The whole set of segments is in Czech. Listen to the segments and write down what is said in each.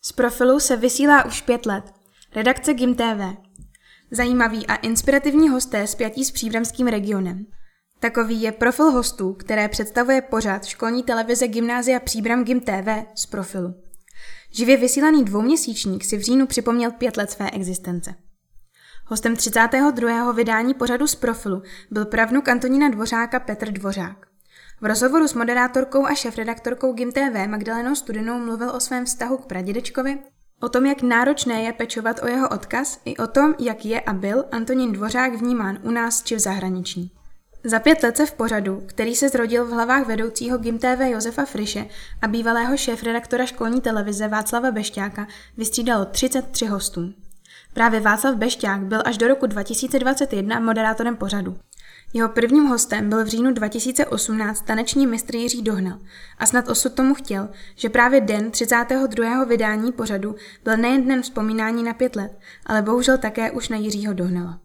Z profilu se vysílá už 5 let. Redakce GIM TV. Zajímaví a inspirativní hosté spjatí s příbramským regionem. Takový je profil hostů, které představuje pořad školní televize Gymnázia Příbram GIM TV z profilu. Živě vysílaný dvouměsíčník si v říjnu připomněl 5 let své existence. Hostem 32. vydání pořadu z profilu byl pravnuk Antonína Dvořáka Petr Dvořák. V rozhovoru s moderátorkou a šéfredaktorkou GIM TV Magdalenou Studinou mluvil o svém vztahu k pradědečkovi, o tom, jak náročné je pečovat o jeho odkaz, i o tom, jak je a byl Antonín Dvořák vnímán u nás či v zahraničí. Za 5 let se v pořadu, který se zrodil v hlavách vedoucího GIM TV Josefa Friše a bývalého šéfredaktora školní televize Václava Bešťáka, vystřídalo 33 hostů. Právě Václav Bešťák byl až do roku 2021 moderátorem pořadu. Jeho prvním hostem byl v říjnu 2018 taneční mistr Jiří Dohnal a snad osud tomu chtěl, že právě den 32. vydání pořadu byl nejen dnem vzpomínání na 5 let, ale bohužel také už na Jiřího Dohnala.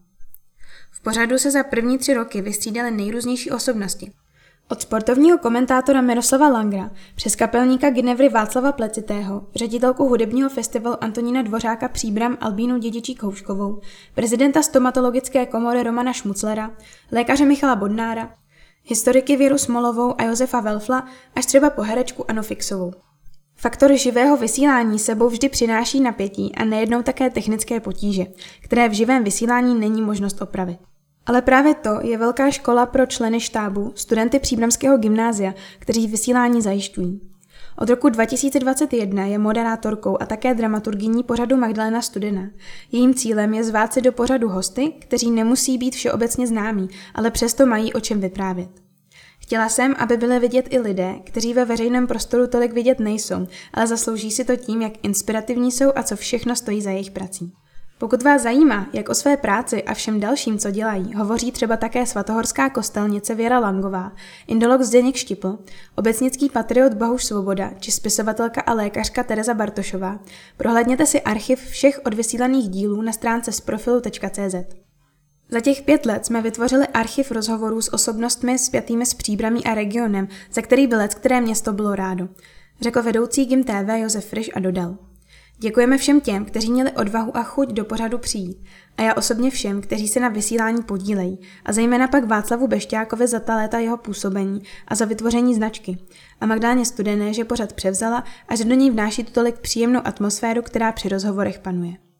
V pořadu se za první 3 roky vystřídaly nejrůznější osobnosti. Od sportovního komentátora Miroslava Langra přes kapelníka Ginevry Václava Plecitého, ředitelku hudebního festivalu Antonína Dvořáka Příbram Albínu Dědičík-Houškovou, prezidenta stomatologické komory Romana Šmuclera, lékaře Michala Bodnára, historiky Věru Smolovou a Josefa Welfla až třeba po herečku Anu Fixovou. Faktor živého vysílání sebou vždy přináší napětí a nejednou také technické potíže, které v živém vysílání není možnost opravit. Ale právě to je velká škola pro členy štábu, studenty Příbramského gymnázia, kteří vysílání zajišťují. Od roku 2021 je moderátorkou a také dramaturgyní pořadu Magdalena Studina. Jejím cílem je zvát si do pořadu hosty, kteří nemusí být všeobecně známí, ale přesto mají o čem vyprávět. Chtěla jsem, aby byly vidět i lidé, kteří ve veřejném prostoru tolik vidět nejsou, ale zaslouží si to tím, jak inspirativní jsou a co všechno stojí za jejich prací. Pokud vás zajímá, jak o své práci a všem dalším, co dělají, hovoří třeba také svatohorská kostelnice Věra Langová, indolog Zdeněk Štipl, obecnický patriot Bohuš Svoboda či spisovatelka a lékařka Tereza Bartošová, prohlédněte si archiv všech odvysílaných dílů na stránce zprofilu.cz. Za těch 5 let jsme vytvořili archiv rozhovorů s osobnostmi spjatými s Příbramí a regionem, za který by leckteré město bylo rádo, řekl vedoucí GIM TV Josef Friš a dodal: Děkujeme všem těm, kteří měli odvahu a chuť do pořadu přijít, a já osobně všem, kteří se na vysílání podílejí, a zejména pak Václavu Bešťákovi za ta léta jeho působení a za vytvoření značky, a Magdaleně Studené, že pořad převzala a že do něj vnáší tu tolik příjemnou atmosféru, která při rozhovorech panuje.